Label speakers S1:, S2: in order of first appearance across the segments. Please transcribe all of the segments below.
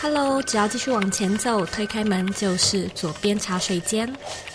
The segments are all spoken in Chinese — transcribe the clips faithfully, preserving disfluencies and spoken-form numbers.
S1: Hello， 只要继续往前走，推开门就是左边茶水间。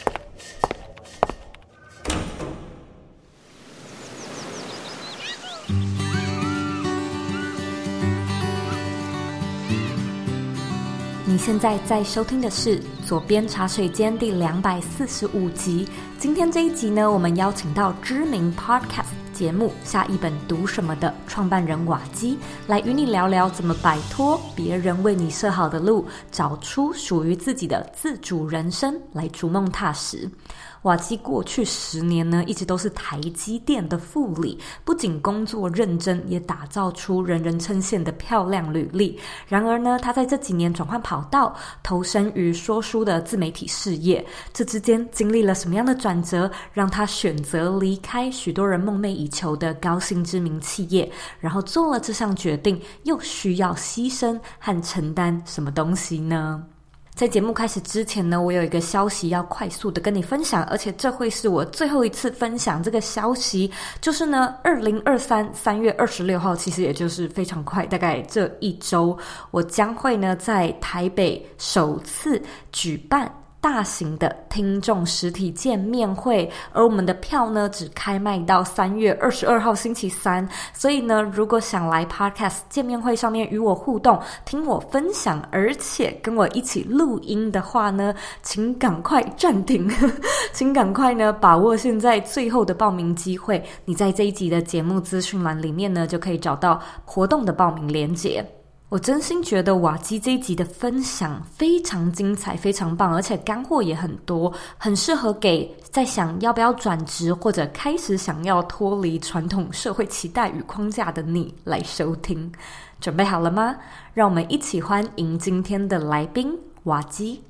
S1: 你现在在收听的是左边茶水间第两百四十五集。今天这一集呢，我们邀请到知名 podcast 节目下一本读什么的创办人瓦基，来与你聊聊怎么摆脱别人为你设好的路，找出属于自己的自主人生，来逐梦踏实。瓦基过去十年呢，一直都是台积电的副理，不仅工作认真，也打造出人人称羡的漂亮履历。然而呢，他在这几年转换跑道，投身于说书的自媒体事业，这之间经历了什么样的转折，让他选择离开许多人梦寐以求的高薪知名企业，然后做了这项决定，又需要牺牲和承担什么东西呢？在节目开始之前呢，我有一个消息要快速的跟你分享，而且这会是我最后一次分享这个消息，就是呢二零二三三月二十六号，其实也就是非常快，大概这一周，我将会呢在台北首次举办大型的听众实体见面会，而我们的票呢只开卖到三月二十二号星期三，所以呢如果想来 podcast 见面会上面与我互动，听我分享，而且跟我一起录音的话呢，请赶快暂停请赶快呢把握现在最后的报名机会，你在这一集的节目资讯栏里面呢就可以找到活动的报名连结。我真心觉得瓦基这一集的分享非常精彩，非常棒，而且干货也很多，很适合给在想要不要转职或者开始想要脱离传统社会期待与框架的你来收听。准备好了吗？让我们一起欢迎今天的来宾瓦基。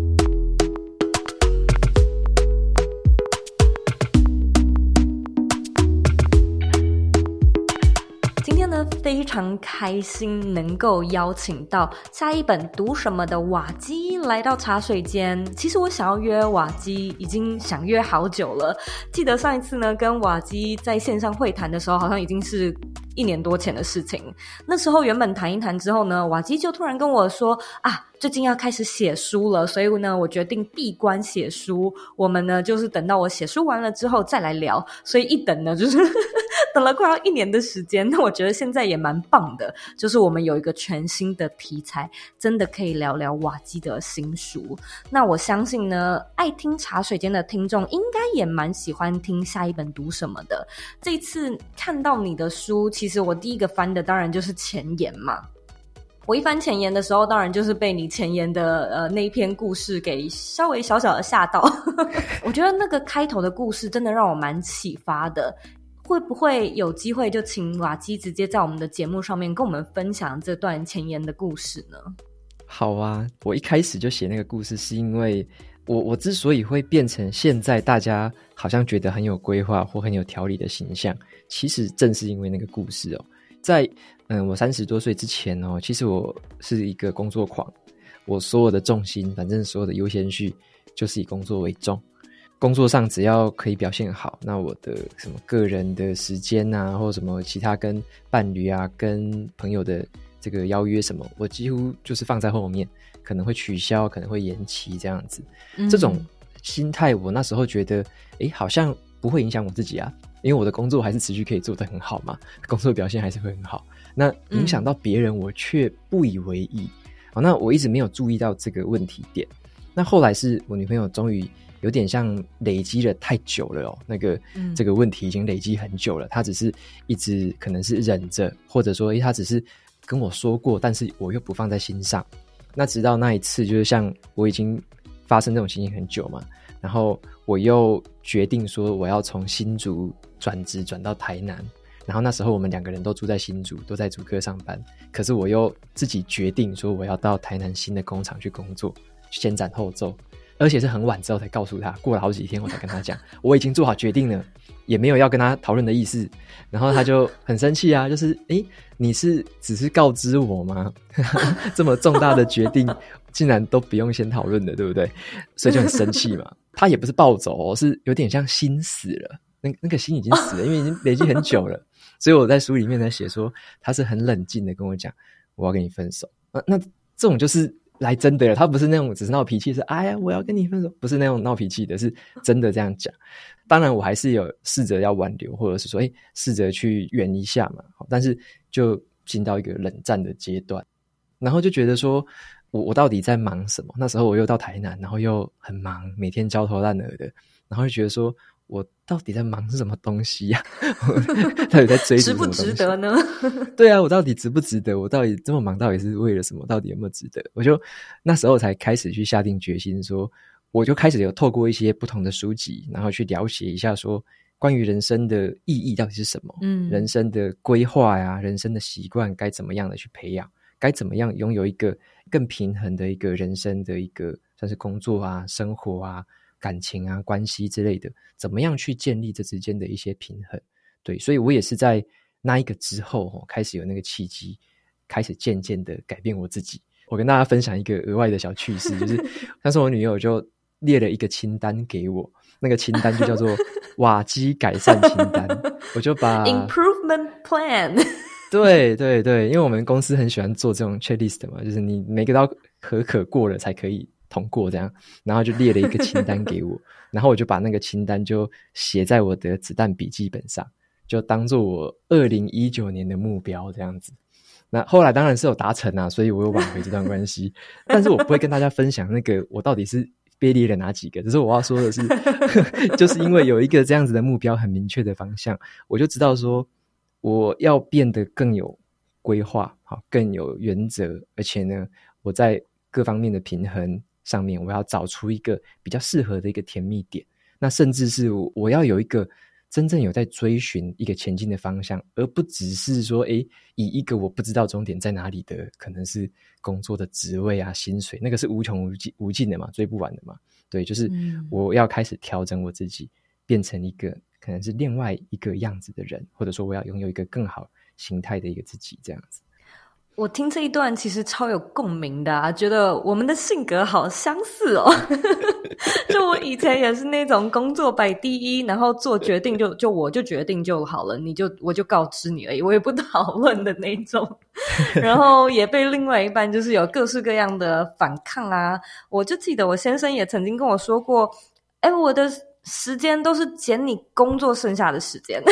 S1: 非常开心能够邀请到下一本读什么的瓦基来到茶水间。其实我想要约瓦基已经想约好久了，记得上一次呢跟瓦基在线上会谈的时候，好像已经是一年多前的事情。那时候原本谈一谈之后呢，瓦基就突然跟我说啊，最近要开始写书了，所以呢我决定闭关写书，我们呢就是等到我写书完了之后再来聊，所以一等呢就是等了快要一年的时间。那我觉得现在也蛮棒的，就是我们有一个全新的题材，真的可以聊聊瓦基的新书。那我相信呢爱听茶水间的听众应该也蛮喜欢听下一本读什么的。这一次看到你的书，其实我第一个翻的当然就是前言嘛。我一翻前言的时候，当然就是被你前言的呃那一篇故事给稍微小小的吓到我觉得那个开头的故事真的让我蛮启发的。会不会有机会就请瓦基直接在我们的节目上面跟我们分享这段前言的故事呢？
S2: 好啊，我一开始就写那个故事是因为我我之所以会变成现在大家好像觉得很有规划或很有条理的形象，其实正是因为那个故事哦。在嗯我三十多岁之前哦，其实我是一个工作狂，我所有的重心，反正所有的优先序就是以工作为重。工作上只要可以表现好，那我的什么个人的时间啊，或什么其他跟伴侣啊跟朋友的这个邀约什么，我几乎就是放在后面，可能会取消，可能会延期这样子、嗯、这种心态我那时候觉得诶好像不会影响我自己啊，因为我的工作还是持续可以做得很好嘛，工作表现还是会很好，那影响到别人我却不以为意、嗯哦、那我一直没有注意到这个问题点。那后来是我女朋友终于有点像累积了太久了哦，那个、嗯、这个问题已经累积很久了，她只是一直可能是忍着，或者说她只是跟我说过，但是我又不放在心上。那直到那一次，就是像我已经发生这种情形很久嘛，然后我又决定说我要从新竹转职转到台南，然后那时候我们两个人都住在新竹，都在竹科上班，可是我又自己决定说我要到台南新的工厂去工作，先斩后奏，而且是很晚之后才告诉他，过了好几天我才跟他讲我已经做好决定了，也没有要跟他讨论的意思。然后他就很生气啊，就是诶你是只是告知我吗这么重大的决定竟然都不用先讨论的，对不对？所以就很生气嘛。他也不是暴走哦，是有点像心死了，那那个心已经死了，因为已经累积很久了。所以我在书里面在写说他是很冷静的跟我讲我要跟你分手、啊、那这种就是来真的了，他不是那种只是闹脾气是哎呀我要跟你分手，不是那种闹脾气的，是真的这样讲。当然我还是有试着要挽留，或者是说诶试着去圆一下嘛，但是就进到一个冷战的阶段，然后就觉得说我我到底在忙什么？那时候我又到台南，然后又很忙，每天焦头烂额的，然后就觉得说我到底在忙什么东西呀、啊？到底在追逐什么东西？
S1: 值不值得呢？
S2: 对啊，我到底值不值得？我到底这么忙，到底是为了什么？到底有没有值得？我就那时候才开始去下定决心说，我就开始有透过一些不同的书籍，然后去了解一下说关于人生的意义到底是什么，嗯，人生的规划呀，人生的习惯该怎么样的去培养，该怎么样拥有一个更平衡的一个人生的一个算是工作啊、生活啊、感情啊、关系之类的，怎么样去建立这之间的一些平衡。对，所以我也是在那一个之后、哦、开始有那个契机，开始渐渐的改变我自己。我跟大家分享一个额外的小趣事，就是像是我女友就列了一个清单给我，那个清单就叫做瓦基改善清单。我就把
S1: improvement plan
S2: 对对对，因为我们公司很喜欢做这种 checklist 嘛，就是你每个都要合可过了才可以通过这样，然后就列了一个清单给我，然后我就把那个清单就写在我的子弹笔记本上，就当做我二零一九年的目标这样子。那后来当然是有达成啊，所以我有挽回这段关系，但是我不会跟大家分享那个我到底是被列了哪几个，只是我要说的是就是因为有一个这样子的目标，很明确的方向，我就知道说我要变得更有规划，更有原则，而且呢我在各方面的平衡上面，我要找出一个比较适合的一个甜蜜点，那甚至是我要有一个真正有在追寻一个前进的方向，而不只是说诶以一个我不知道终点在哪里的，可能是工作的职位啊、薪水，那个是无穷无尽无尽的嘛，追不完的嘛。对，就是我要开始调整我自己，变成一个可能是另外一个样子的人，或者说我要拥有一个更好形态的一个自己这样子。
S1: 我听这一段其实超有共鸣的啊，觉得我们的性格好相似哦。就我以前也是那种工作摆第一，然后做决定就就我就决定就好了，你就我就告知你而已，我也不讨论的那种。然后也被另外一半就是有各式各样的反抗啊。我就记得我先生也曾经跟我说过，哎，我的时间都是减你工作剩下的时间。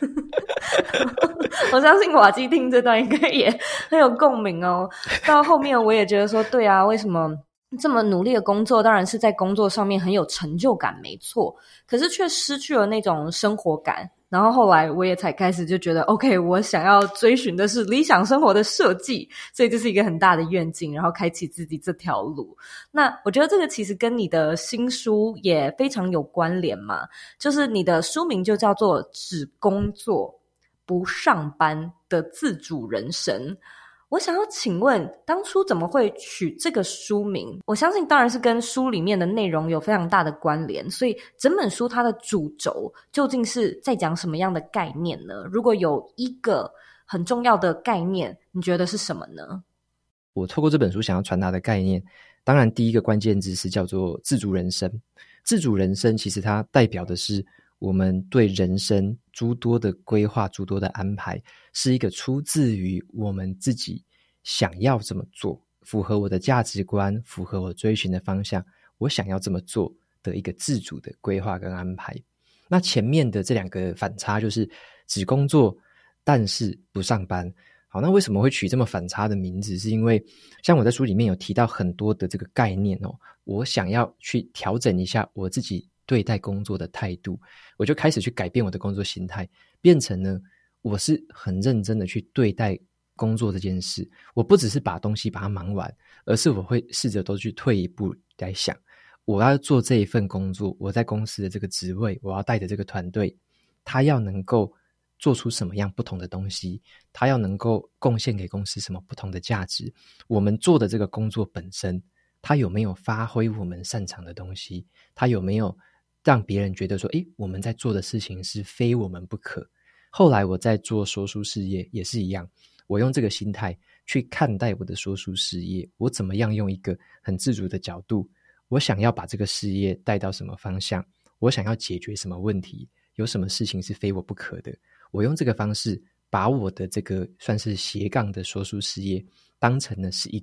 S1: 我相信瓦基听这段应该也很有共鸣哦。到后面我也觉得说，对啊，为什么这么努力的工作，当然是在工作上面很有成就感没错，可是却失去了那种生活感。然后后来我也才开始就觉得 OK， 我想要追寻的是理想生活的设计，所以这是一个很大的愿景，然后开启自己这条路。那我觉得这个其实跟你的新书也非常有关联嘛，就是你的书名就叫做只工作不上班的自主人生。我想要请问当初怎么会取这个书名？我相信当然是跟书里面的内容有非常大的关联，所以整本书它的主轴究竟是在讲什么样的概念呢？如果有一个很重要的概念，你觉得是什么呢？
S2: 我透过这本书想要传达的概念，当然第一个关键字是叫做自主人生。自主人生其实它代表的是我们对人生诸多的规划、诸多的安排，是一个出自于我们自己想要这么做，符合我的价值观，符合我追寻的方向，我想要这么做的一个自主的规划跟安排。那前面的这两个反差就是只工作但是不上班。好，那为什么会取这么反差的名字？是因为像我在书里面有提到很多的这个概念哦，我想要去调整一下我自己对待工作的态度，我就开始去改变我的工作心态，变成呢我是很认真的去对待工作这件事。我不只是把东西把它忙完，而是我会试着都去退一步来想，我要做这一份工作，我在公司的这个职位，我要带的这个团队，他要能够做出什么样不同的东西，他要能够贡献给公司什么不同的价值，我们做的这个工作本身，他有没有发挥我们擅长的东西，他有没有让别人觉得说诶我们在做的事情是非我们不可。后来我在做说书事业也是一样，我用这个心态去看待我的说书事业，我怎么样用一个很自主的角度，我想要把这个事业带到什么方向，我想要解决什么问题，有什么事情是非我不可的，我用这个方式把我的这个算是斜杠的说书事业当成了是一个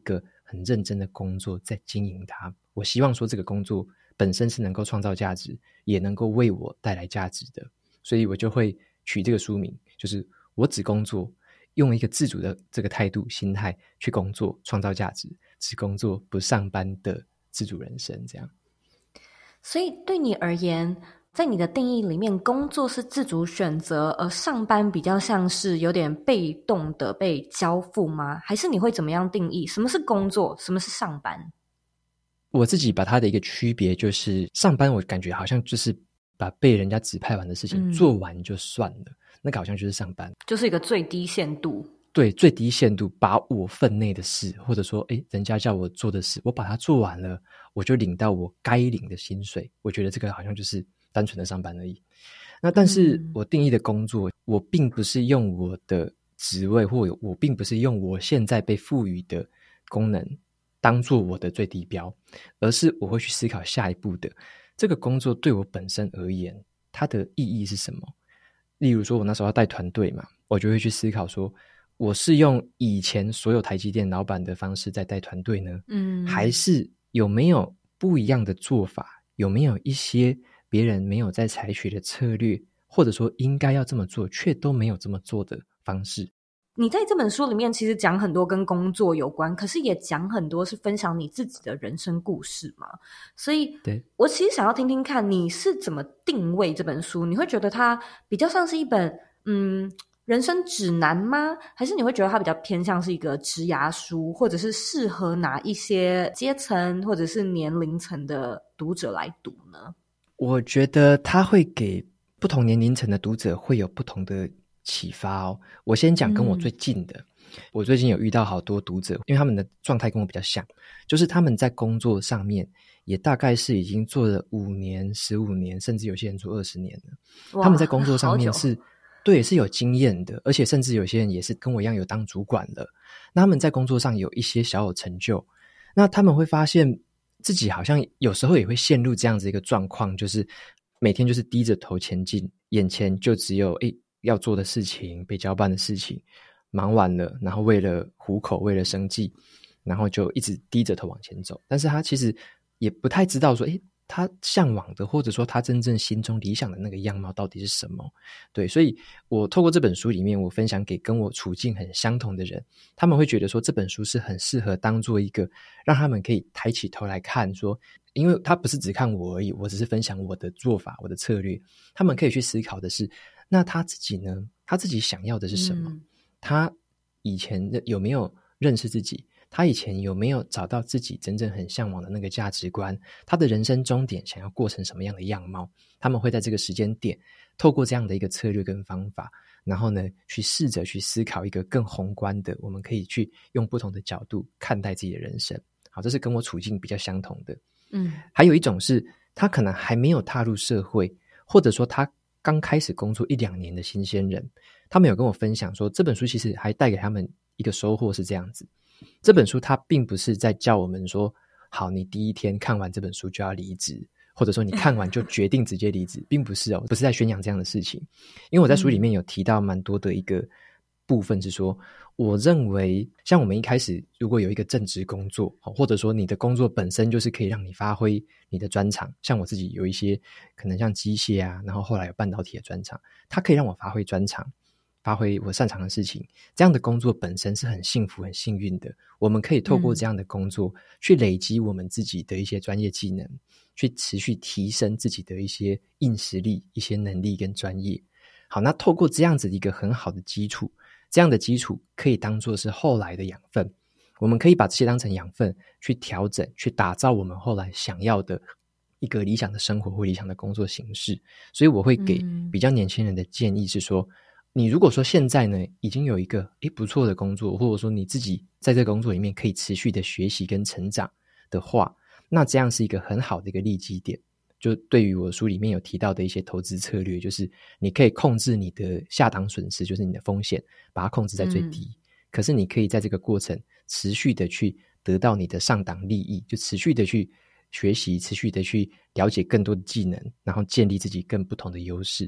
S2: 很认真的工作在经营它。我希望说这个工作本身是能够创造价值，也能够为我带来价值的，所以我就会取这个书名，就是我只工作，用一个自主的这个态度心态去工作创造价值，只工作不上班的自主人生这样。
S1: 所以对你而言，在你的定义里面，工作是自主选择，而上班比较像是有点被动的被交付吗？还是你会怎么样定义什么是工作，什么是上班？
S2: 我自己把它的一个区别就是上班我感觉好像就是把被人家指派完的事情做完就算了、嗯、那个好像就是上班，
S1: 就是一个最低限度。
S2: 对，最低限度把我分内的事，或者说诶人家叫我做的事，我把它做完了，我就领到我该领的薪水。我觉得这个好像就是单纯的上班而已。那但是我定义的工作、嗯、我并不是用我的职位，或我并不是用我现在被赋予的功能当做我的最低标，而是我会去思考下一步的这个工作对我本身而言它的意义是什么。例如说我那时候要带团队嘛，我就会去思考说我是用以前所有台积电老板的方式在带团队呢，嗯，还是有没有不一样的做法，有没有一些别人没有在采取的策略，或者说应该要这么做却都没有这么做的方式。
S1: 你在这本书里面其实讲很多跟工作有关，可是也讲很多是分享你自己的人生故事嘛，所以对我其实想要听听看你是怎么定位这本书。你会觉得它比较像是一本嗯人生指南吗？还是你会觉得它比较偏向是一个职涯书，或者是适合哪一些阶层或者是年龄层的读者来读呢？
S2: 我觉得它会给不同年龄层的读者会有不同的启发哦。我先讲跟我最近的、嗯、我最近有遇到好多读者，因为他们的状态跟我比较像，就是他们在工作上面也大概是已经做了五年十五年，甚至有些人做二十年了。他们在工作上面是对是有经验的，而且甚至有些人也是跟我一样有当主管了。那他们在工作上有一些小有成就，那他们会发现自己好像有时候也会陷入这样子一个状况，就是每天就是低着头前进，眼前就只有诶要做的事情，被交办的事情，忙完了，然后为了糊口，为了生计，然后就一直低着头往前走。但是他其实也不太知道说诶他向往的，或者说他真正心中理想的那个样貌到底是什么。对，所以我透过这本书里面，我分享给跟我处境很相同的人，他们会觉得说这本书是很适合当做一个让他们可以抬起头来看说，因为他不是只看我而已，我只是分享我的做法，我的策略，他们可以去思考的是，那他自己呢？他自己想要的是什么？嗯、他以前有没有认识自己？他以前有没有找到自己真正很向往的那个价值观？他的人生终点想要过成什么样的样貌？他们会在这个时间点透过这样的一个策略跟方法，然后呢去试着去思考一个更宏观的，我们可以去用不同的角度看待自己的人生。好，这是跟我处境比较相同的。嗯，还有一种是他可能还没有踏入社会，或者说他刚开始工作一两年的新鲜人，他们有跟我分享说这本书其实还带给他们一个收获是这样子。这本书它并不是在叫我们说好你第一天看完这本书就要离职，或者说你看完就决定直接离职并不是哦，不是在宣扬这样的事情。因为我在书里面有提到蛮多的一个部分是说，我认为像我们一开始如果有一个正职工作，或者说你的工作本身就是可以让你发挥你的专长，像我自己有一些可能像机械啊，然后后来有半导体的专长，它可以让我发挥专长，发挥我擅长的事情，这样的工作本身是很幸福很幸运的。我们可以透过这样的工作、嗯、去累积我们自己的一些专业技能，去持续提升自己的一些硬实力，一些能力跟专业。好，那透过这样子一个很好的基础，这样的基础可以当作是后来的养分，我们可以把这些当成养分去调整，去打造我们后来想要的一个理想的生活或理想的工作形式。所以我会给比较年轻人的建议是说、嗯你如果说现在呢已经有一个诶不错的工作，或者说你自己在这个工作里面可以持续的学习跟成长的话，那这样是一个很好的一个利基点。就对于我书里面有提到的一些投资策略，就是你可以控制你的下档损失，就是你的风险把它控制在最低、嗯、可是你可以在这个过程持续的去得到你的上档利益，就持续的去学习，持续的去了解更多的技能，然后建立自己更不同的优势。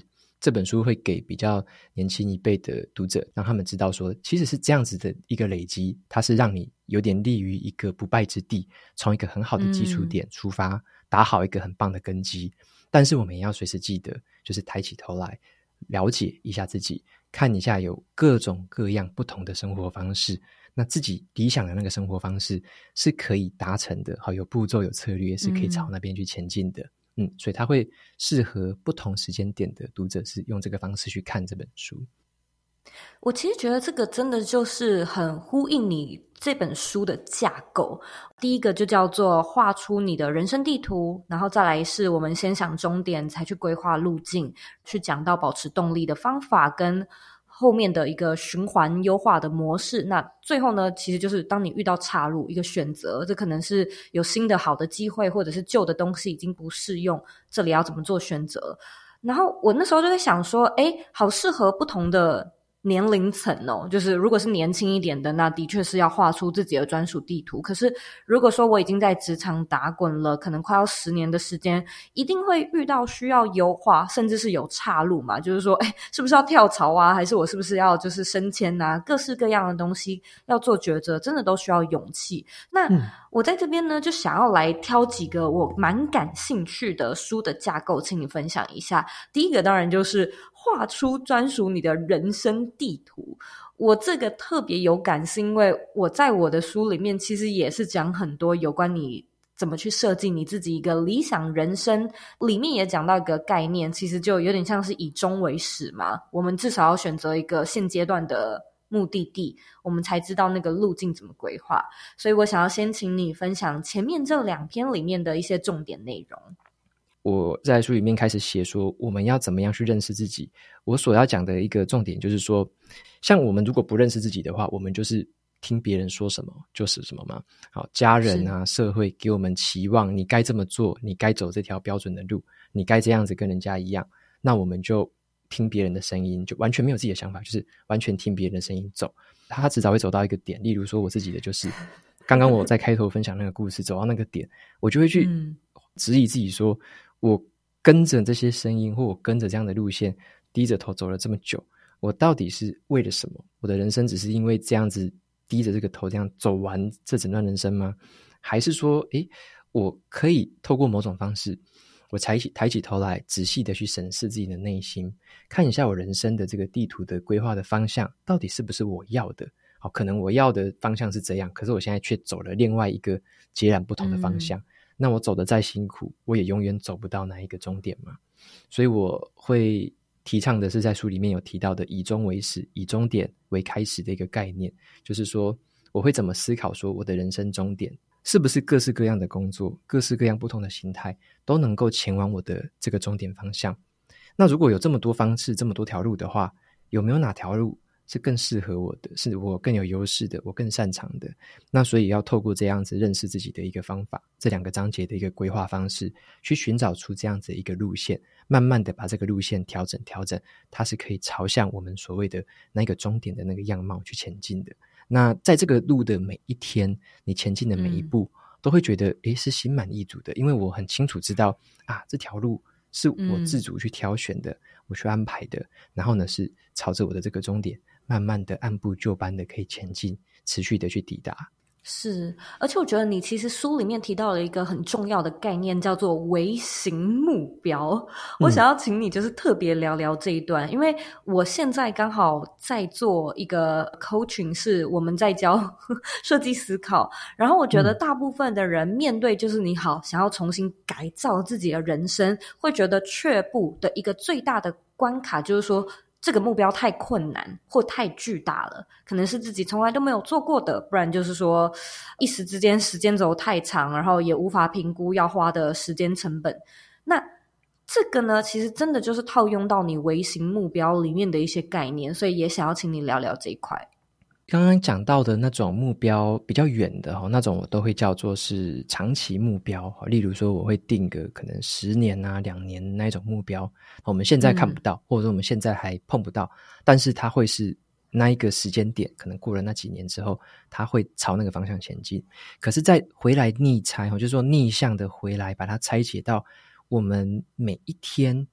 S2: 这本书会给比较年轻一辈的读者，让他们知道说其实是这样子的一个累积，它是让你有点立于一个不败之地，从一个很好的基础点出发、嗯、打好一个很棒的根基。但是我们也要随时记得，就是抬起头来了解一下自己，看一下有各种各样不同的生活方式，那自己理想的那个生活方式是可以达成的，好，有步骤有策略，是可以朝那边去前进的。嗯, 嗯，所以它会适合不同时间点的读者是用这个方式去看这本书。
S1: 我其实觉得这个真的就是很呼应你这本书的架构。第一个就叫做画出你的人生地图，然后再来是我们先想终点才去规划路径，去讲到保持动力的方法跟后面的一个循环优化的模式。那最后呢，其实就是当你遇到岔路，一个选择，这可能是有新的好的机会，或者是旧的东西已经不适用，这里要怎么做选择。然后我那时候就在想说，诶，好适合不同的年龄层哦，就是如果是年轻一点的，那的确是要画出自己的专属地图。可是如果说我已经在职场打滚了，可能快要十年的时间，一定会遇到需要优化，甚至是有岔路嘛，就是说，哎，是不是要跳槽啊？还是我是不是要就是升迁啊？各式各样的东西要做抉择，真的都需要勇气。那、嗯、我在这边呢，就想要来挑几个我蛮感兴趣的书的架构，请你分享一下。第一个当然就是画出专属你的人生地图。我这个特别有感，是因为我在我的书里面其实也是讲很多有关你怎么去设计你自己一个理想人生，里面也讲到一个概念，其实就有点像是以终为始嘛，我们至少要选择一个现阶段的目的地，我们才知道那个路径怎么规划。所以我想要先请你分享前面这两篇里面的一些重点内容。
S2: 我在书里面开始写说我们要怎么样去认识自己，我所要讲的一个重点就是说，像我们如果不认识自己的话，我们就是听别人说什么就是什么嘛。好，家人啊社会给我们期望你该这么做，你该走这条标准的路，你该这样子跟人家一样，那我们就听别人的声音，就完全没有自己的想法，就是完全听别人的声音走。他迟早会走到一个点，例如说我自己的就是刚刚我在开头分享那个故事走到那个点，我就会去质疑自己说，我跟着这些声音，或我跟着这样的路线低着头走了这么久，我到底是为了什么？我的人生只是因为这样子低着这个头这样走完这整段人生吗？还是说诶，我可以透过某种方式，我抬起抬起头来仔细的去审视自己的内心，看一下我人生的这个地图的规划的方向到底是不是我要的。好，可能我要的方向是这样，可是我现在却走了另外一个截然不同的方向、嗯那我走得再辛苦，我也永远走不到那一个终点嘛。所以我会提倡的是在书里面有提到的以终为始，以终点为开始的一个概念，就是说我会怎么思考说我的人生终点是不是各式各样的工作，各式各样不同的形态都能够前往我的这个终点方向。那如果有这么多方式这么多条路的话，有没有哪条路是更适合我的，是我更有优势的，我更擅长的。那所以要透过这样子认识自己的一个方法，这两个章节的一个规划方式，去寻找出这样子一个路线，慢慢的把这个路线调整调整，它是可以朝向我们所谓的那个终点的那个样貌去前进的。那在这个路的每一天，你前进的每一步、嗯、都会觉得诶是心满意足的，因为我很清楚知道啊，这条路是我自主去挑选的、嗯、我去安排的，然后呢是朝着我的这个终点慢慢的按部就班的可以前进，持续的去抵达。
S1: 是，而且我觉得你其实书里面提到了一个很重要的概念，叫做微型目标、嗯、我想要请你就是特别聊聊这一段，因为我现在刚好在做一个 coaching， 是我们在教设计思考，然后我觉得大部分的人面对就是你好想要重新改造自己的人生，会觉得却步的一个最大的关卡就是说这个目标太困难或太巨大了，可能是自己从来都没有做过的，不然就是说一时之间时间轴太长，然后也无法评估要花的时间成本。那这个呢其实真的就是套用到你微型目标里面的一些概念，所以也想要请你聊聊这一块。
S2: 刚刚讲到的那种目标比较远的那种我都会叫做是长期目标，例如说我会定个可能十年啊两年那一种目标，我们现在看不到、嗯、或者说我们现在还碰不到，但是它会是那一个时间点，可能过了那几年之后它会朝那个方向前进。可是再回来逆拆，就是说逆向的回来把它拆解到我们每一天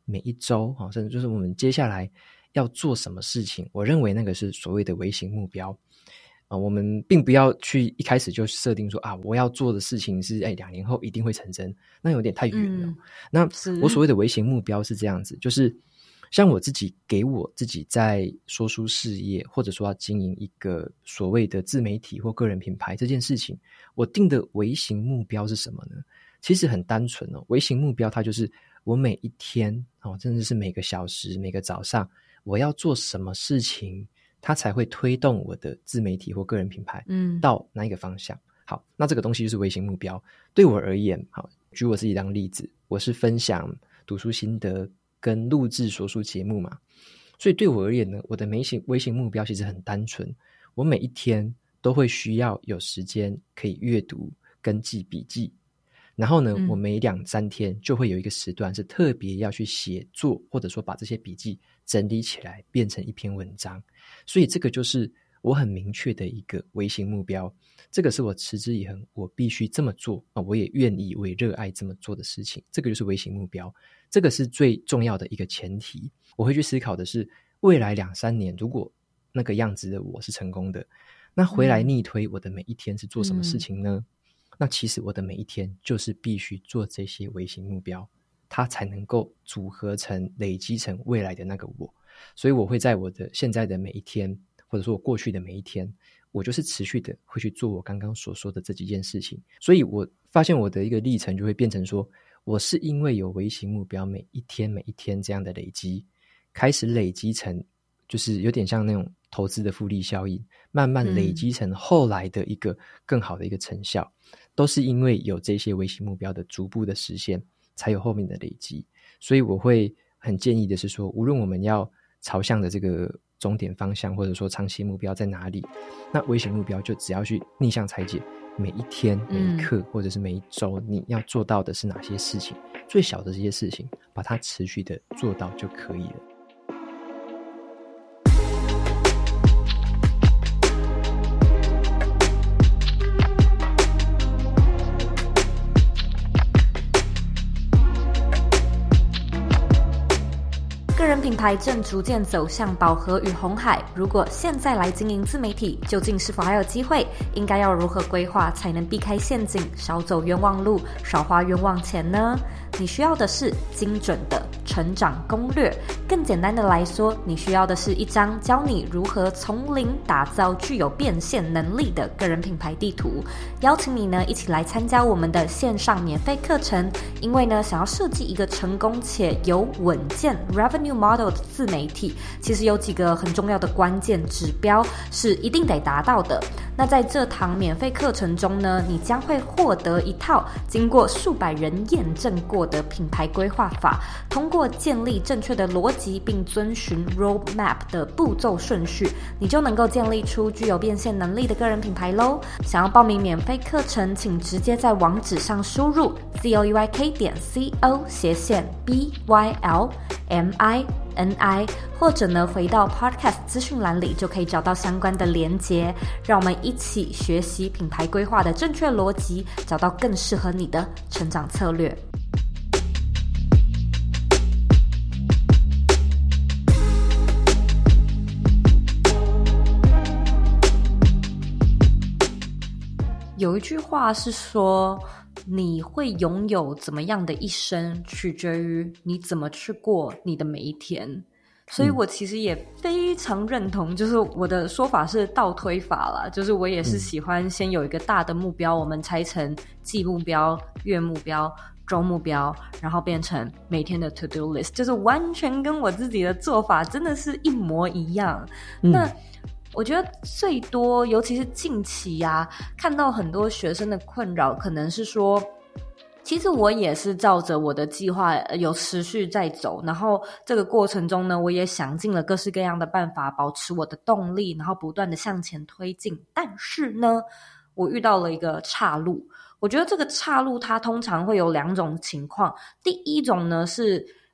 S2: 每一周，甚至就是我们接下来要做什么事情，我认为那个是所谓的微型目标。呃、我们并不要去一开始就设定说啊，我要做的事情是哎两年后一定会成真，那有点太远了。嗯、那我所谓的微型目标是这样子，就是像我自己给我自己在说书事业，或者说要经营一个所谓的自媒体或个人品牌这件事情，我定的微型目标是什么呢？其实很单纯哦，微型目标它就是我每一天哦，甚至是每个小时、每个早上，我要做什么事情，它才会推动我的自媒体或个人品牌嗯到那一个方向。好，那这个东西就是微型目标。对我而言，好，举我自己当例子，我是分享读书心得跟录制说书节目嘛，所以对我而言呢，我的微型微型目标其实很单纯，我每一天都会需要有时间可以阅读跟记笔记。然后呢、嗯、我每两三天就会有一个时段是特别要去写作，或者说把这些笔记整理起来变成一篇文章。所以这个就是我很明确的一个微型目标，这个是我持之以恒，我必须这么做，我也愿意，我也热爱这么做的事情，这个就是微型目标。这个是最重要的一个前提。我会去思考的是，未来两三年如果那个样子的我是成功的，那回来逆推我的每一天是做什么事情呢？嗯那其实我的每一天就是必须做这些微型目标，它才能够组合成累积成未来的那个我。所以我会在我的现在的每一天，或者说我过去的每一天，我就是持续的会去做我刚刚所说的这几件事情。所以我发现我的一个历程就会变成说，我是因为有微型目标，每一天每一天这样的累积，开始累积成就是有点像那种投资的复利效应，慢慢累积成后来的一个更好的一个成效、嗯、都是因为有这些微型目标的逐步的实现，才有后面的累积。所以我会很建议的是说，无论我们要朝向的这个终点方向，或者说长期目标在哪里，那微型目标就只要去逆向拆解，每一天每一刻、嗯、或者是每一周你要做到的是哪些事情，最小的这些事情把它持续的做到就可以了。
S1: 个人品牌正逐渐走向饱和与红海，如果现在来经营自媒体，究竟是否还有机会？应该要如何规划才能避开陷阱，少走冤枉路，少花冤枉钱呢？你需要的是精准的成长攻略，更简单的来说，你需要的是一张教你如何从零打造具有变现能力的个人品牌地图。邀请你呢一起来参加我们的线上免费课程，因为呢想要设计一个成功且有稳健 revenue model 的自媒体，其实有几个很重要的关键指标是一定得达到的。那在这堂免费课程中呢，你将会获得一套经过数百人验证过的品牌规划法，通过建立正确的逻辑并遵循 roadmap 的步骤顺序，你就能够建立出具有变现能力的个人品牌咯。想要报名免费课程，请直接在网址上输入 zoyk 点 co 斜线 b y l m i n i， 或者呢回到 podcast 资讯栏里就可以找到相关的连结。让我们一起学习品牌规划的正确逻辑，找到更适合你的成长策略。有一句话是说，你会拥有怎么样的一生，取决于你怎么去过你的每一天。所以我其实也非常认同，就是我的说法是倒推法啦，就是我也是喜欢先有一个大的目标，我们拆成季目标、月目标、周目标，然后变成每天的 to do list， 就是完全跟我自己的做法真的是一模一样。嗯、那我觉得最多，尤其是近期啊，看到很多学生的困扰，可能是说，其实我也是照着我的计划有持续在走，然后这个过程中呢，我也想尽了各式各样的办法保持我的动力，然后不断的向前推进。但是呢，我遇到了一个岔路。我觉得这个岔路它通常会有两种情况。第一种呢是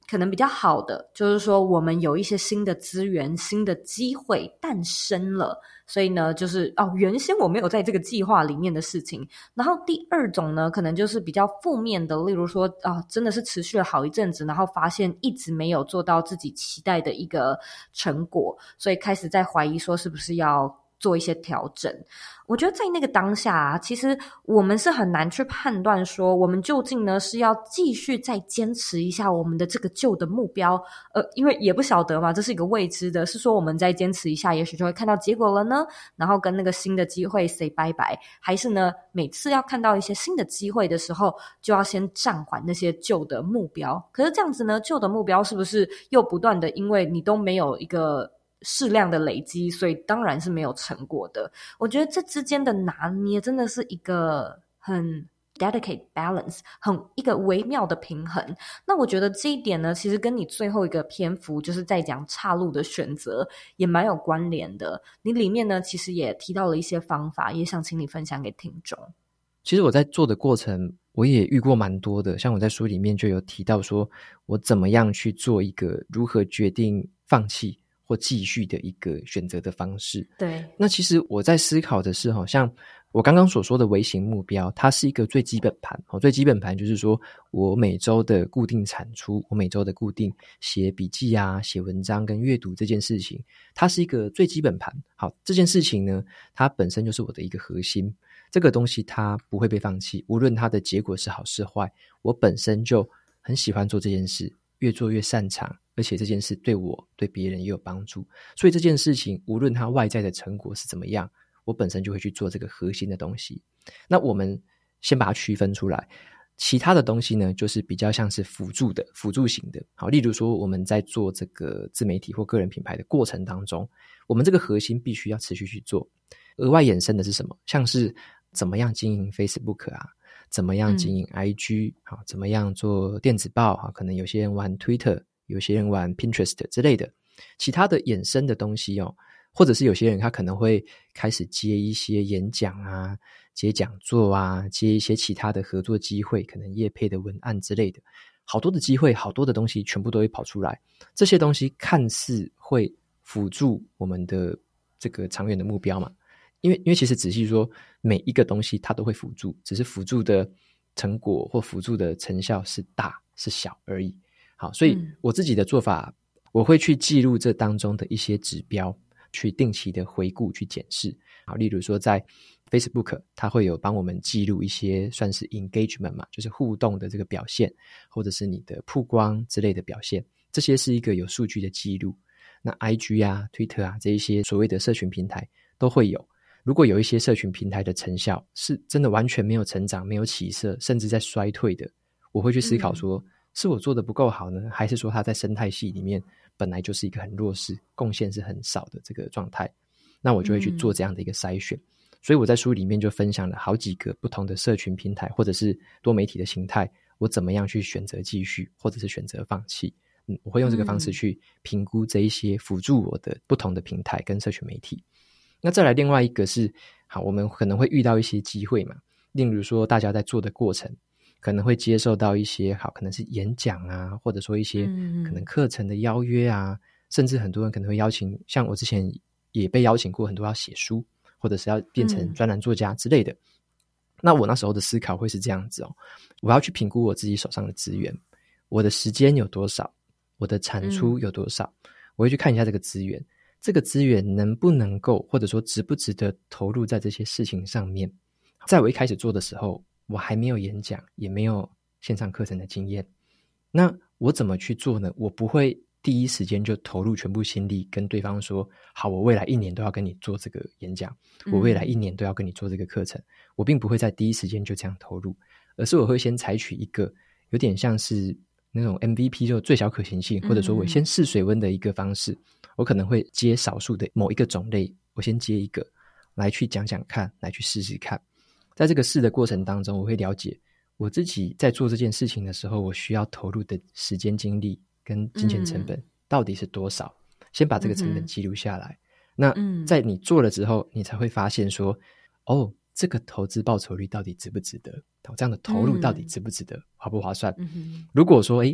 S1: 可能比较好的就是说我们有一些新的资源新的机会诞生了，所以呢就是哦，原先我没有在这个计划里面的事情。然后第二种呢可能就是比较负面的，例如说啊、哦，真的是持续了好一阵子，然后发现一直没有做到自己期待的一个成果，所以开始在怀疑说是不是要做一些调整。我觉得在那个当下啊，其实我们是很难去判断说我们究竟呢是要继续再坚持一下我们的这个旧的目标，呃，因为也不晓得嘛，这是一个未知的，是说我们再坚持一下也许就会看到结果了呢，然后跟那个新的机会 say 拜拜，还是呢每次要看到一些新的机会的时候就要先暂缓那些旧的目标。可是这样子呢，旧的目标是不是又不断的因为你都没有一个适量的累积，所以当然是没有成果的。我觉得这之间的拿捏真的是一个很 delicate balance， 很一个微妙的平衡。那我觉得这一点呢其实跟你最后一个篇幅就是在讲岔路的选择也蛮有关联的。你里面呢其实也提到了一些方法，也想请你分享给听众。
S2: 其实我在做的过程我也遇过蛮多的，像我在书里面就有提到说我怎么样去做一个如何决定放弃或继续的一个选择的方式。
S1: 对，
S2: 那其实我在思考的是好像我刚刚所说的微型目标，它是一个最基本盘。最基本盘就是说我每周的固定产出，我每周的固定写笔记啊、写文章跟阅读这件事情，它是一个最基本盘。好，这件事情呢，它本身就是我的一个核心。这个东西它不会被放弃，无论它的结果是好是坏，我本身就很喜欢做这件事，越做越擅长，而且这件事对我对别人也有帮助，所以这件事情无论它外在的成果是怎么样，我本身就会去做这个核心的东西。那我们先把它区分出来，其他的东西呢就是比较像是辅助的辅助型的。好，例如说我们在做这个自媒体或个人品牌的过程当中，我们这个核心必须要持续去做，额外衍生的是什么？像是怎么样经营 Facebook 啊，怎么样经营 I G、嗯、好，怎么样做电子报，可能有些人玩 Twitter， 有些人玩 Pinterest 之类的其他的衍生的东西哦，或者是有些人他可能会开始接一些演讲啊，接讲座啊，接一些其他的合作机会，可能业配的文案之类的，好多的机会，好多的东西全部都会跑出来。这些东西看似会辅助我们的这个长远的目标嘛，因为因为其实仔细说每一个东西它都会辅助，只是辅助的成果或辅助的成效是大是小而已。好，所以我自己的做法、嗯、我会去记录这当中的一些指标，去定期的回顾去检视。好，例如说在 Facebook 它会有帮我们记录一些算是 engagement 嘛，就是互动的这个表现，或者是你的曝光之类的表现，这些是一个有数据的记录。那 I G 啊 Twitter 啊这一些所谓的社群平台都会有，如果有一些社群平台的成效是真的完全没有成长，没有起色，甚至在衰退的，我会去思考说、嗯、是我做的不够好呢，还是说它在生态系里面本来就是一个很弱势，贡献是很少的这个状态，那我就会去做这样的一个筛选、嗯、所以我在书里面就分享了好几个不同的社群平台或者是多媒体的形态，我怎么样去选择继续或者是选择放弃。嗯，我会用这个方式去评估这一些辅助我的不同的平台跟社群媒体。那再来另外一个是，好，我们可能会遇到一些机会嘛，例如说大家在做的过程可能会接受到一些好，可能是演讲啊，或者说一些可能课程的邀约啊、嗯、甚至很多人可能会邀请，像我之前也被邀请过很多要写书或者是要变成专栏作家之类的、嗯、那我那时候的思考会是这样子哦，我要去评估我自己手上的资源，我的时间有多少，我的产出有多少、嗯、我会去看一下这个资源，这个资源能不能够或者说值不值得投入在这些事情上面。在我一开始做的时候，我还没有演讲也没有线上课程的经验，那我怎么去做呢？我不会第一时间就投入全部心力跟对方说好，我未来一年都要跟你做这个演讲、嗯、我未来一年都要跟你做这个课程，我并不会在第一时间就这样投入，而是我会先采取一个有点像是那种 M V P 就最小可行性，或者说我先试水温的一个方式、嗯、我可能会接少数的某一个种类，我先接一个来去讲讲看，来去试试看。在这个试的过程当中，我会了解我自己在做这件事情的时候，我需要投入的时间精力跟金钱成本到底是多少、嗯、先把这个成本记录下来、嗯、那在你做了之后，你才会发现说哦，这个投资报酬率到底值不值得，这样的投入到底值不值得、嗯、划不划算、嗯、如果说诶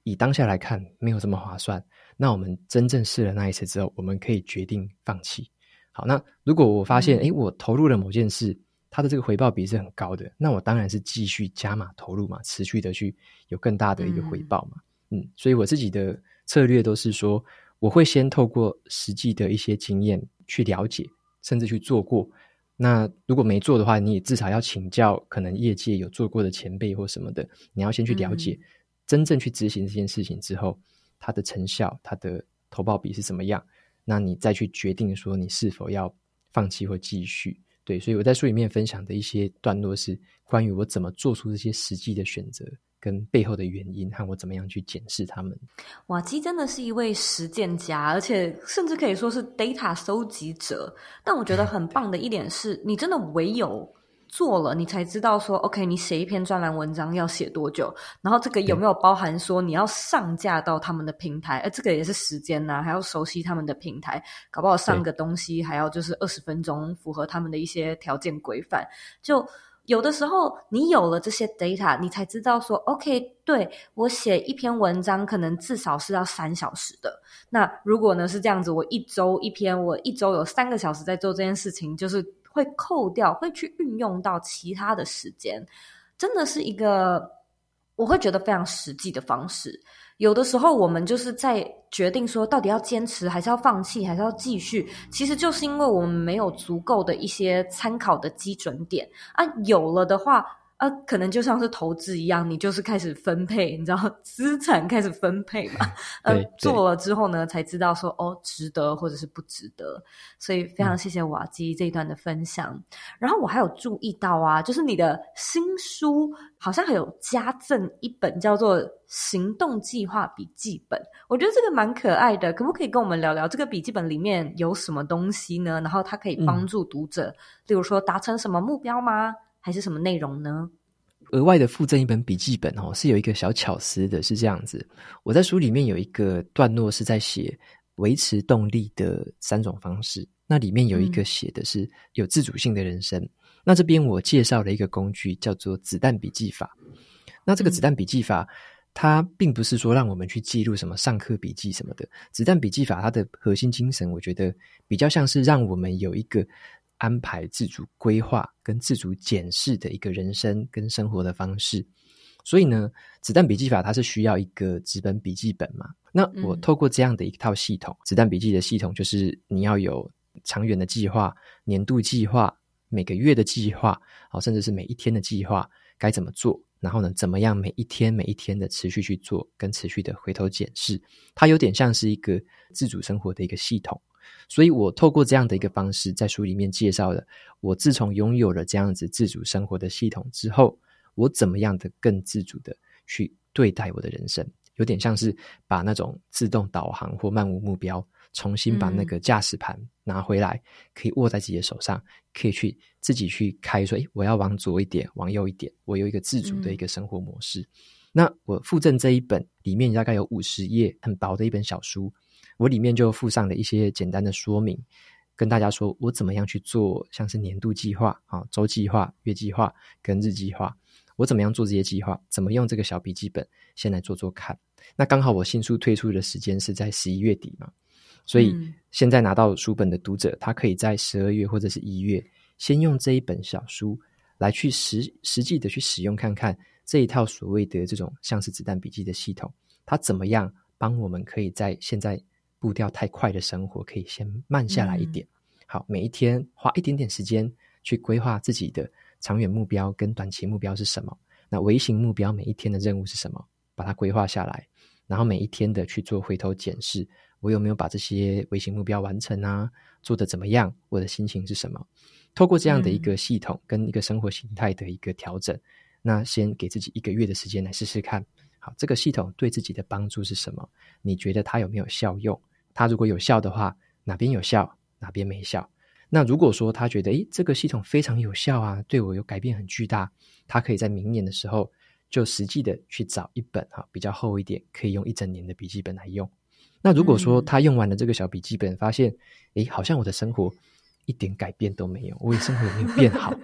S2: 以当下来看没有这么划算，那我们真正试了那一次之后，我们可以决定放弃。好，那如果我发现诶、嗯、我投入了某件事，它的这个回报比是很高的，那我当然是继续加码投入嘛，持续的去有更大的一个回报嘛。嗯, 嗯所以我自己的策略都是说，我会先透过实际的一些经验去了解，甚至去做过。那如果没做的话，你也至少要请教可能业界有做过的前辈或什么的，你要先去了解、嗯、真正去执行这件事情之后，它的成效，它的投报比是怎么样，那你再去决定说你是否要放弃或继续。对，所以我在书里面分享的一些段落是关于我怎么做出这些实际的选择跟背后的原因，和我怎么样去检视他们。
S1: 瓦基真的是一位实践家，而且甚至可以说是 data 收集者。但我觉得很棒的一点是，你真的唯有做了，你才知道说 OK 你写一篇专栏文章要写多久，然后这个有没有包含说你要上架到他们的平台，而这个也是时间啊，还要熟悉他们的平台，搞不好上个东西还要就是二十分钟，符合他们的一些条件规范。就有的时候你有了这些 data， 你才知道说 OK 对，我写一篇文章可能至少是要三小时的，那如果呢是这样子，我一周一篇，我一周有三个小时在做这件事情，就是会扣掉，会去运用到其他的时间，真的是一个我会觉得非常实际的方式。有的时候我们就是在决定说到底要坚持还是要放弃还是要继续，其实就是因为我们没有足够的一些参考的基准点啊，有了的话啊，可能就像是投资一样，你就是开始分配，你知道资产开始分配嘛，呃，做了之后呢，才知道说哦，值得或者是不值得。所以非常谢谢瓦基这一段的分享。嗯、然后我还有注意到啊，就是你的新书好像还有加赠一本叫做《行动计划笔记本》，我觉得这个蛮可爱的，可不可以跟我们聊聊这个笔记本里面有什么东西呢？然后它可以帮助读者，嗯、例如说达成什么目标吗？还是什么内容呢？
S2: 额外的附赠一本笔记本哦，是有一个小巧思的，是这样子。我在书里面有一个段落是在写维持动力的三种方式，那里面有一个写的是有自主性的人生。嗯、那这边我介绍了一个工具叫做子弹笔记法。那这个子弹笔记法，嗯、它并不是说让我们去记录什么上课笔记什么的。子弹笔记法它的核心精神，我觉得比较像是让我们有一个安排、自主规划跟自主检视的一个人生跟生活的方式。所以呢，子弹笔记法它是需要一个纸本笔记本嘛。那我透过这样的一套系统，嗯、子弹笔记的系统就是你要有长远的计划、年度计划、每个月的计划，甚至是每一天的计划该怎么做，然后呢，怎么样每一天每一天的持续去做，跟持续的回头检视。它有点像是一个自主生活的一个系统。所以我透过这样的一个方式，在书里面介绍了我自从拥有了这样子自主生活的系统之后，我怎么样的更自主的去对待我的人生，有点像是把那种自动导航或漫无目标，重新把那个驾驶盘拿回来，可以握在自己的手上，可以去自己去开说，诶，我要往左一点，往右一点，我有一个自主的一个生活模式。嗯、那我附赠这一本里面大概有五十页，很薄的一本小书，我里面就附上了一些简单的说明，跟大家说我怎么样去做像是年度计划、啊、周计划、月计划跟日计划，我怎么样做这些计划，怎么用这个小笔记本先来做做看。那刚好我新书推出的时间是在十一月底嘛，所以现在拿到书本的读者，他可以在十二月或者是一月先用这一本小书来去实实际的去使用看看这一套所谓的这种像是子弹笔记的系统，它怎么样帮我们可以在现在步调太快的生活可以先慢下来一点。嗯、好，每一天花一点点时间去规划自己的长远目标跟短期目标是什么，那微型目标每一天的任务是什么，把它规划下来，然后每一天的去做回头检视，我有没有把这些微型目标完成啊，做得怎么样，我的心情是什么。透过这样的一个系统跟一个生活形态的一个调整，嗯、那先给自己一个月的时间来试试看，好，这个系统对自己的帮助是什么，你觉得它有没有效用，它如果有效的话，哪边有效哪边没效。那如果说他觉得诶这个系统非常有效啊，对我有改变很巨大，他可以在明年的时候就实际的去找一本啊比较厚一点可以用一整年的笔记本来用。那如果说他用完了这个小笔记本，发现诶好像我的生活一点改变都没有，我的生活也没有变好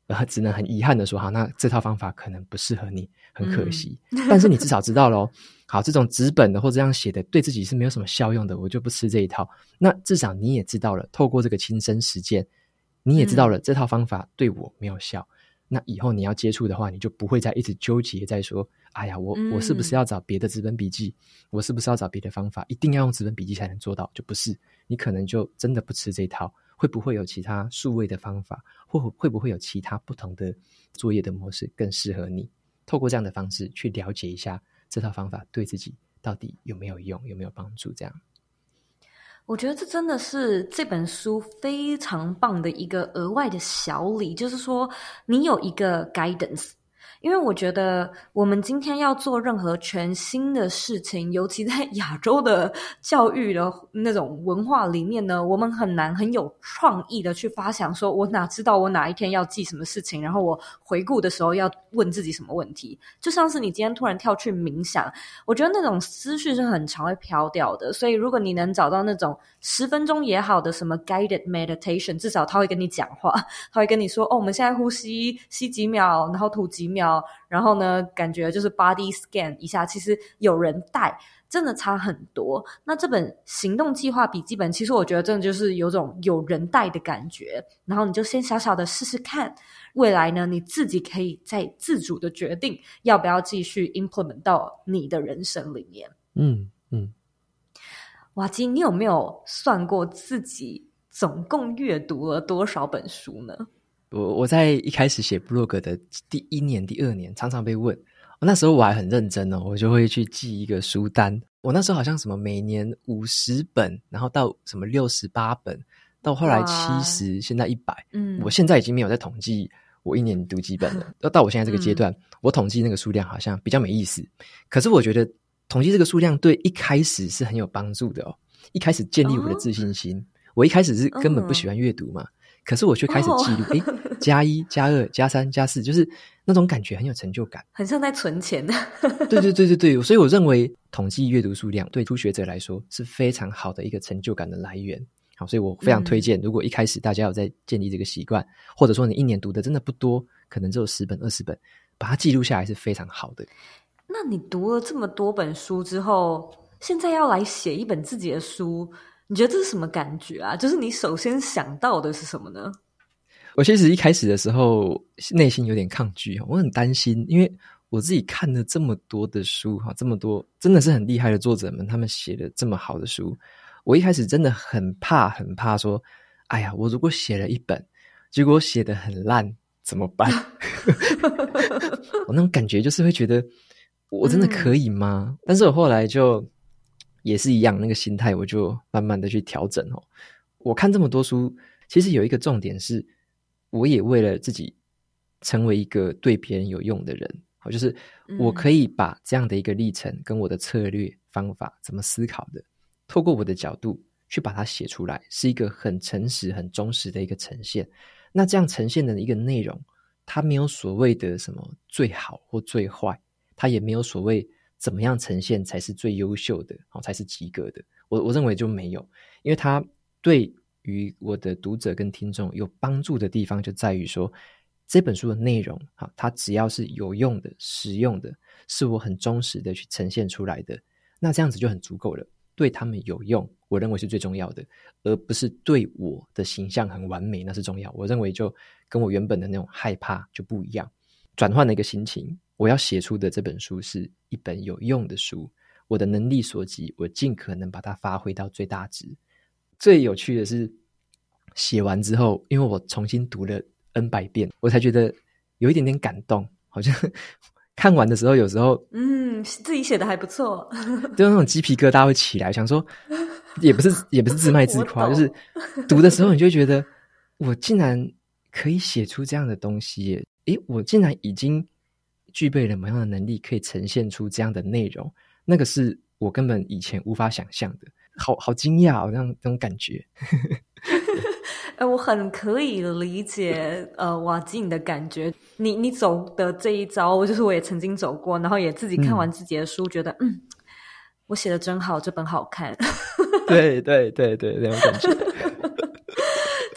S2: 呃，只能很遗憾的说，好，那这套方法可能不适合你，很可惜。嗯、但是你至少知道咯，好，这种纸本的或这样写的对自己是没有什么效用的，我就不吃这一套。那至少你也知道了，透过这个亲身实践，你也知道了这套方法对我没有效。嗯、那以后你要接触的话，你就不会再一直纠结在说，哎呀，我我是不是要找别的纸本笔记？我是不是要找别的方法？一定要用纸本笔记才能做到？就不是，你可能就真的不吃这一套。会不会有其他数位的方法，或会不会有其他不同的作业的模式更适合你？透过这样的方式去了解一下这套方法对自己到底有没有用，有没有帮助，这样。
S1: 我觉得这真的是这本书非常棒的一个额外的小礼，就是说你有一个 guidance。因为我觉得我们今天要做任何全新的事情，尤其在亚洲的教育的那种文化里面呢，我们很难很有创意的去发想说，我哪知道我哪一天要记什么事情，然后我回顾的时候要问自己什么问题。就像是你今天突然跳去冥想，我觉得那种思绪是很常会飘掉的。所以如果你能找到那种十分钟也好的什么 guided meditation， 至少他会跟你讲话，他会跟你说，哦，我们现在呼吸吸几秒，然后吐几秒，然后呢感觉就是 body scan 一下，其实有人带真的差很多。那这本行动计划笔记本，其实我觉得真的就是有种有人带的感觉，然后你就先小小的试试看，未来呢你自己可以再自主的决定要不要继续 implement 到你的人生里面。
S2: 嗯嗯，
S1: 瓦基，你有没有算过自己总共阅读了多少本书呢？
S2: 我我在一开始写部落格的第一年第二年常常被问，那时候我还很认真哦，我就会去记一个书单。我那时候好像什么每年五十本，然后到什么六十八本，到后来七十，现在一百。嗯，我现在已经没有在统计我一年读几本了。到到我现在这个阶段，嗯、我统计那个数量好像比较没意思。可是我觉得统计这个数量对一开始是很有帮助的哦。一开始建立我的自信心，哦、我一开始是根本不喜欢阅读嘛。嗯，可是我却开始记录，诶、哦，加一、加二、加三、加四，就是那种感觉很有成就感，
S1: 很像在存钱。
S2: 对对对对对，所以我认为统计阅读数量对初学者来说是非常好的一个成就感的来源。好，所以我非常推荐，嗯、如果一开始大家有在建立这个习惯，或者说你一年读的真的不多，可能只有十本、二十本，把它记录下来是非常好的。
S1: 那你读了这么多本书之后，现在要来写一本自己的书，你觉得这是什么感觉啊？就是你首先想到的是什么呢？
S2: 我其实一开始的时候内心有点抗拒，我很担心，因为我自己看了这么多的书，这么多真的是很厉害的作者们，他们写了这么好的书，我一开始真的很怕很怕说，哎呀，我如果写了一本结果写得很烂怎么办？我那种感觉就是会觉得我真的可以吗？嗯、但是我后来就也是一样，那个心态我就慢慢的去调整哦。我看这么多书，其实有一个重点是，我也为了自己成为一个对别人有用的人，就是我可以把这样的一个历程跟我的策略方法怎么思考的，透过我的角度去把它写出来，是一个很诚实很忠实的一个呈现。那这样呈现的一个内容，它没有所谓的什么最好或最坏，它也没有所谓怎么样呈现才是最优秀的，才是及格的，我我认为就没有。因为它对于我的读者跟听众有帮助的地方就在于说，这本书的内容它只要是有用的实用的，是我很忠实的去呈现出来的，那这样子就很足够了，对他们有用，我认为是最重要的，而不是对我的形象很完美，那是重要。我认为就跟我原本的那种害怕就不一样，转换了一个心情，我要写出的这本书是一本有用的书，我的能力所及，我尽可能把它发挥到最大值。最有趣的是写完之后，因为我重新读了 N 百遍，我才觉得有一点点感动，好像看完的时候有时候
S1: 嗯，自己写的还不错，
S2: 就那种鸡皮疙瘩会起来，想说也不是也不是自卖自夸，就是读的时候你就会觉得我竟然可以写出这样的东西耶，诶，我竟然已经具备了某样的能力可以呈现出这样的内容，那个是我根本以前无法想象的，好好惊讶哦，那种那种感觉。
S1: 呃，我很可以理解呃瓦基你的感觉，你你走的这一招就是我也曾经走过，然后也自己看完自己的书，嗯、觉得嗯我写的真好，这本好看。
S2: 对对对对，那种感觉。
S1: 真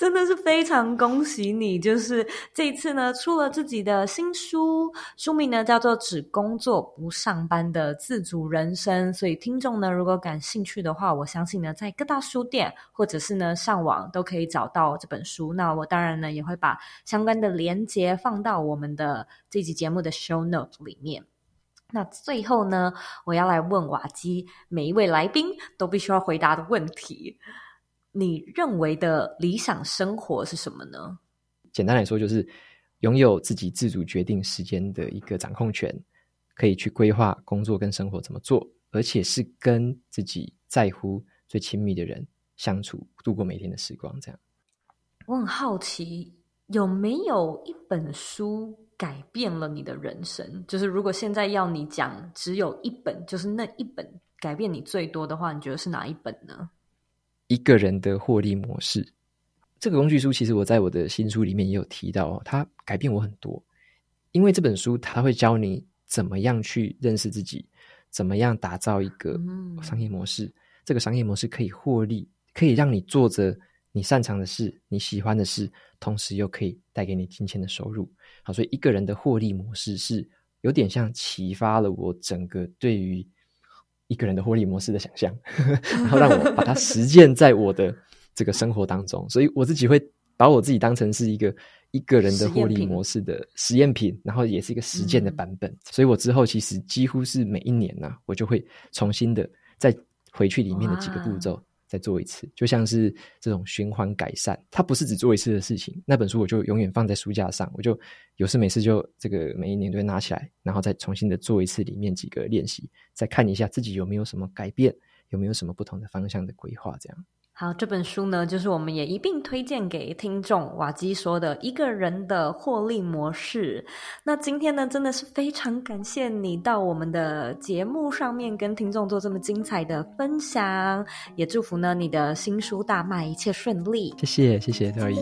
S1: 真的是非常恭喜你，就是这一次呢出了自己的新书，书名呢叫做《只工作不上班的自主人生》，所以听众呢如果感兴趣的话，我相信呢在各大书店或者是呢上网都可以找到这本书。那我当然呢也会把相关的连结放到我们的这集节目的 show note 里面。那最后呢，我要来问瓦基每一位来宾都必须要回答的问题，你认为的理想生活是什么呢？
S2: 简单来说，就是拥有自己自主决定时间的一个掌控权，可以去规划工作跟生活怎么做，而且是跟自己在乎最亲密的人相处，度过每天的时光。这样，
S1: 我很好奇，有没有一本书改变了你的人生？就是如果现在要你讲只有一本，就是那一本改变你最多的话，你觉得是哪一本呢？
S2: 一个人的获利模式。这个工具书其实我在我的新书里面也有提到哦，它改变我很多。因为这本书它会教你怎么样去认识自己，怎么样打造一个商业模式、嗯、这个商业模式可以获利，可以让你做着你擅长的事，你喜欢的事，同时又可以带给你金钱的收入。好，所以一个人的获利模式是有点像启发了我整个对于一个人的获利模式的想象然后让我把它实践在我的这个生活当中。所以我自己会把我自己当成是一个一个人的获利模式的实验品，然后也是一个实践的版本、嗯、所以我之后其实几乎是每一年啊，我就会重新的再回去里面的几个步骤再做一次，就像是这种循环改善，它不是只做一次的事情。那本书我就永远放在书架上，我就有事没事就这个每一年都会拿起来，然后再重新的做一次里面几个练习，再看一下自己有没有什么改变，有没有什么不同的方向的规划。这样
S1: 好，这本书呢就是我们也一并推荐给听众，瓦基说的一个人的获利模式。那今天呢真的是非常感谢你到我们的节目上面跟听众做这么精彩的分享，也祝福呢你的新书大卖，一切顺利。
S2: 谢谢谢谢特意。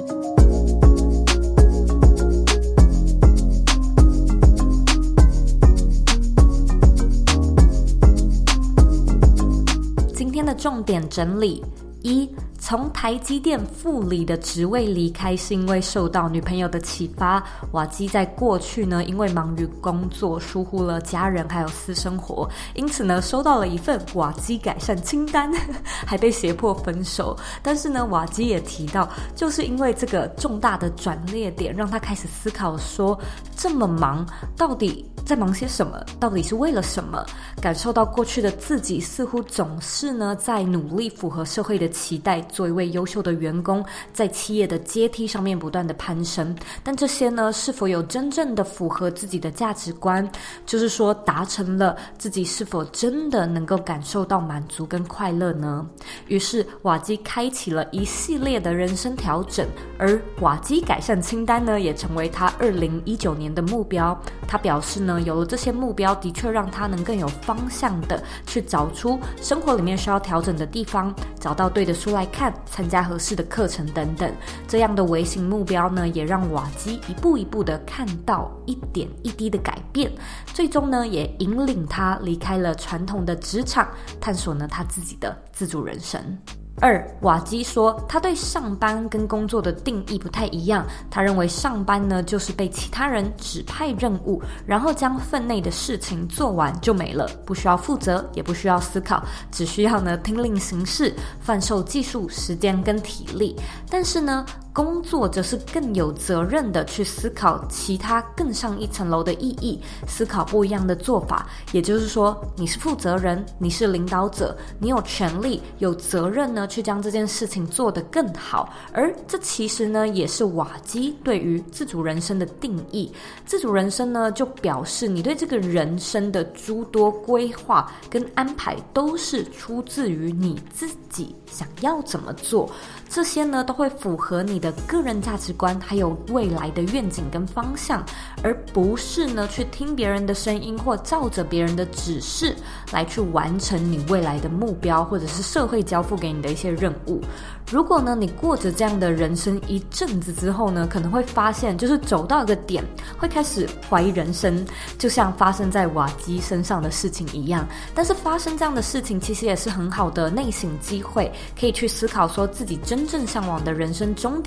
S1: 今天的重点整理：一、从台积电副理的职位离开是因为受到女朋友的启发。瓦基在过去呢，因为忙于工作，疏忽了家人还有私生活，因此呢，收到了一份瓦基改善清单，还被胁迫分手。但是呢，瓦基也提到，就是因为这个重大的转捩点，让他开始思考说，这么忙，到底在忙些什么？到底是为了什么？感受到过去的自己似乎总是呢，在努力符合社会的期待，做一位优秀的员工，在企业的阶梯上面不断的攀升，但这些呢，是否有真正的符合自己的价值观？就是说，达成了自己是否真的能够感受到满足跟快乐呢？于是，瓦基开启了一系列的人生调整，而瓦基改善清单呢，也成为他二零一九年的目标。他表示呢，有了这些目标，的确让他能更有方向的去找出生活里面需要调整的地方，找到对的书来看，参加合适的课程等等。这样的微型目标呢，也让瓦基一步一步的看到一点一滴的改变，最终呢，也引领他离开了传统的职场，探索呢他自己的自主人生。二、瓦基说他对上班跟工作的定义不太一样，他认为上班呢就是被其他人指派任务，然后将分内的事情做完就没了，不需要负责，也不需要思考，只需要呢听令行事，贩售技术、时间跟体力。但是呢，工作则是更有责任的去思考其他更上一层楼的意义，思考不一样的做法。也就是说，你是负责人，你是领导者，你有权利、有责任呢去将这件事情做得更好。而这其实呢，也是瓦基对于自主人生的定义。自主人生呢，就表示你对这个人生的诸多规划跟安排都是出自于你自己想要怎么做，这些呢都会符合你的个人价值观，还有未来的愿景跟方向，而不是呢去听别人的声音或照着别人的指示来去完成你未来的目标，或者是社会交付给你的一些任务。如果呢你过着这样的人生一阵子之后呢，可能会发现就是走到一个点会开始怀疑人生，就像发生在瓦基身上的事情一样。但是发生这样的事情其实也是很好的内省机会，可以去思考说自己真正向往的人生终点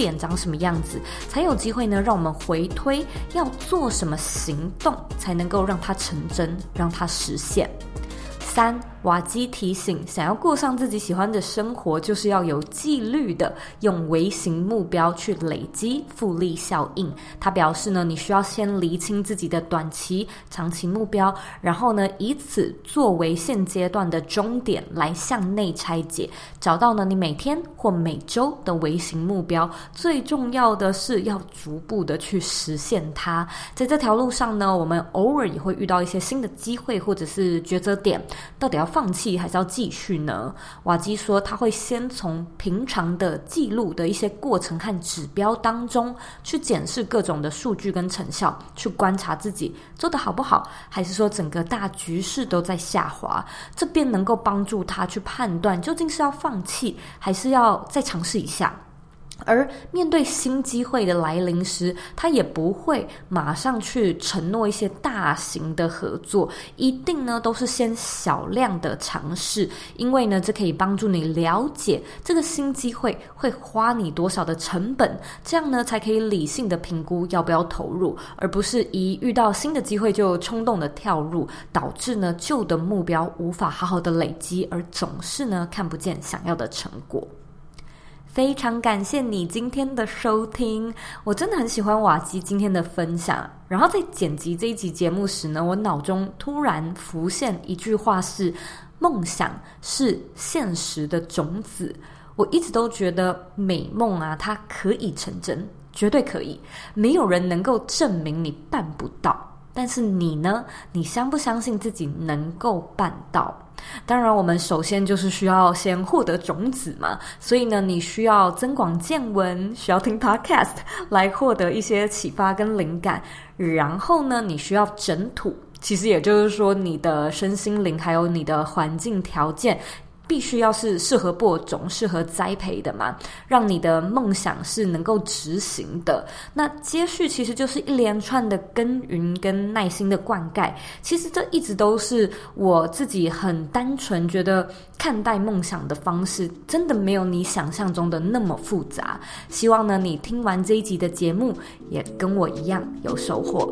S1: 点长什么样子，才有机会呢让我们回推要做什么行动才能够让它成真，让它实现。三，瓦基提醒，想要过上自己喜欢的生活，就是要有纪律的用微型目标去累积复利效应。他表示呢，你需要先厘清自己的短期、长期目标，然后呢，以此作为现阶段的终点来向内拆解，找到呢你每天或每周的微型目标。最重要的是要逐步的去实现它。在这条路上呢，我们偶尔也会遇到一些新的机会或者是抉择点，到底要放弃还是要继续呢？瓦基说他会先从平常的记录的一些过程和指标当中去检视各种的数据跟成效，去观察自己做得好不好，还是说整个大局势都在下滑，这便能够帮助他去判断究竟是要放弃还是要再尝试一下。而面对新机会的来临时，他也不会马上去承诺一些大型的合作，一定呢都是先小量的尝试，因为呢这可以帮助你了解这个新机会会花你多少的成本，这样呢才可以理性的评估要不要投入，而不是一遇到新的机会就冲动的跳入，导致呢旧的目标无法好好的累积，而总是呢看不见想要的成果。非常感谢你今天的收听，我真的很喜欢瓦基今天的分享。然后在剪辑这一集节目时呢，我脑中突然浮现一句话是：梦想是现实的种子。我一直都觉得美梦啊，它可以成真，绝对可以，没有人能够证明你办不到。但是你呢？你相不相信自己能够办到？当然我们首先就是需要先获得种子嘛，所以呢你需要增广见闻，需要听 podcast 来获得一些启发跟灵感，然后呢你需要整土，其实也就是说你的身心灵还有你的环境条件必须要是适合播种、适合栽培的嘛，让你的梦想是能够执行的。那接续其实就是一连串的耕耘跟耐心的灌溉。其实这一直都是我自己很单纯觉得看待梦想的方式，真的没有你想象中的那么复杂。希望呢你听完这一集的节目，也跟我一样有收获。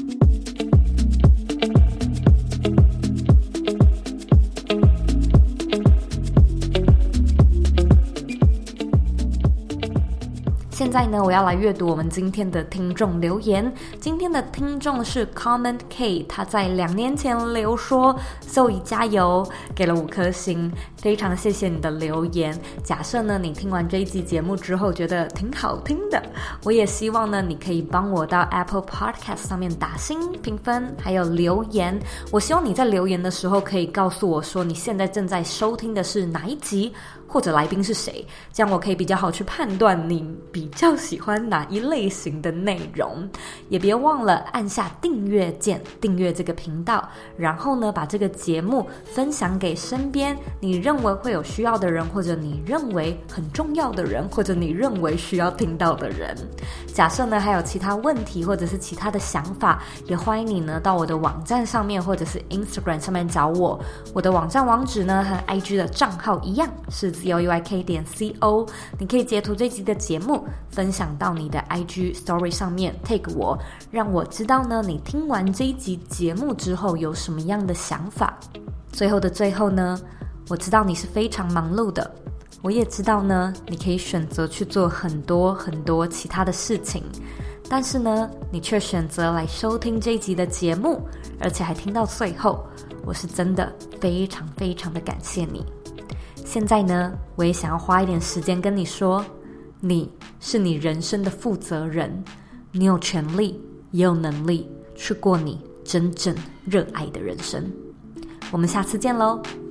S1: 现在呢，我要来阅读我们今天的听众留言。今天的听众是 Comment K， 他在两年前留说 Zoe 加油，给了五颗星，非常谢谢你的留言。假设呢你听完这一集节目之后觉得挺好听的，我也希望呢你可以帮我到 Apple Podcast 上面打星评分还有留言。我希望你在留言的时候可以告诉我说你现在正在收听的是哪一集，或者来宾是谁，这样我可以比较好去判断你比较喜欢哪一类型的内容。也别忘了按下订阅键，订阅这个频道，然后呢把这个节目分享给身边你认为会有需要的人，或者你认为很重要的人，或者你认为需要听到的人。假设呢还有其他问题或者是其他的想法，也欢迎你呢到我的网站上面或者是 Instagram 上面找我。我的网站网址呢和 I G 的账号一样，是 z o u i k 点 c o。 你可以截图这集的节目分享到你的 I G Story 上面 tag 我，让我知道呢你听完这一集节目之后有什么样的想法。最后的最后呢，我知道你是非常忙碌的，我也知道呢你可以选择去做很多很多其他的事情，但是呢你却选择来收听这一集的节目，而且还听到最后，我是真的非常非常的感谢你。现在呢我也想要花一点时间跟你说，你是你人生的负责人，你有权利也有能力去过你真正热爱的人生。我们下次见咯。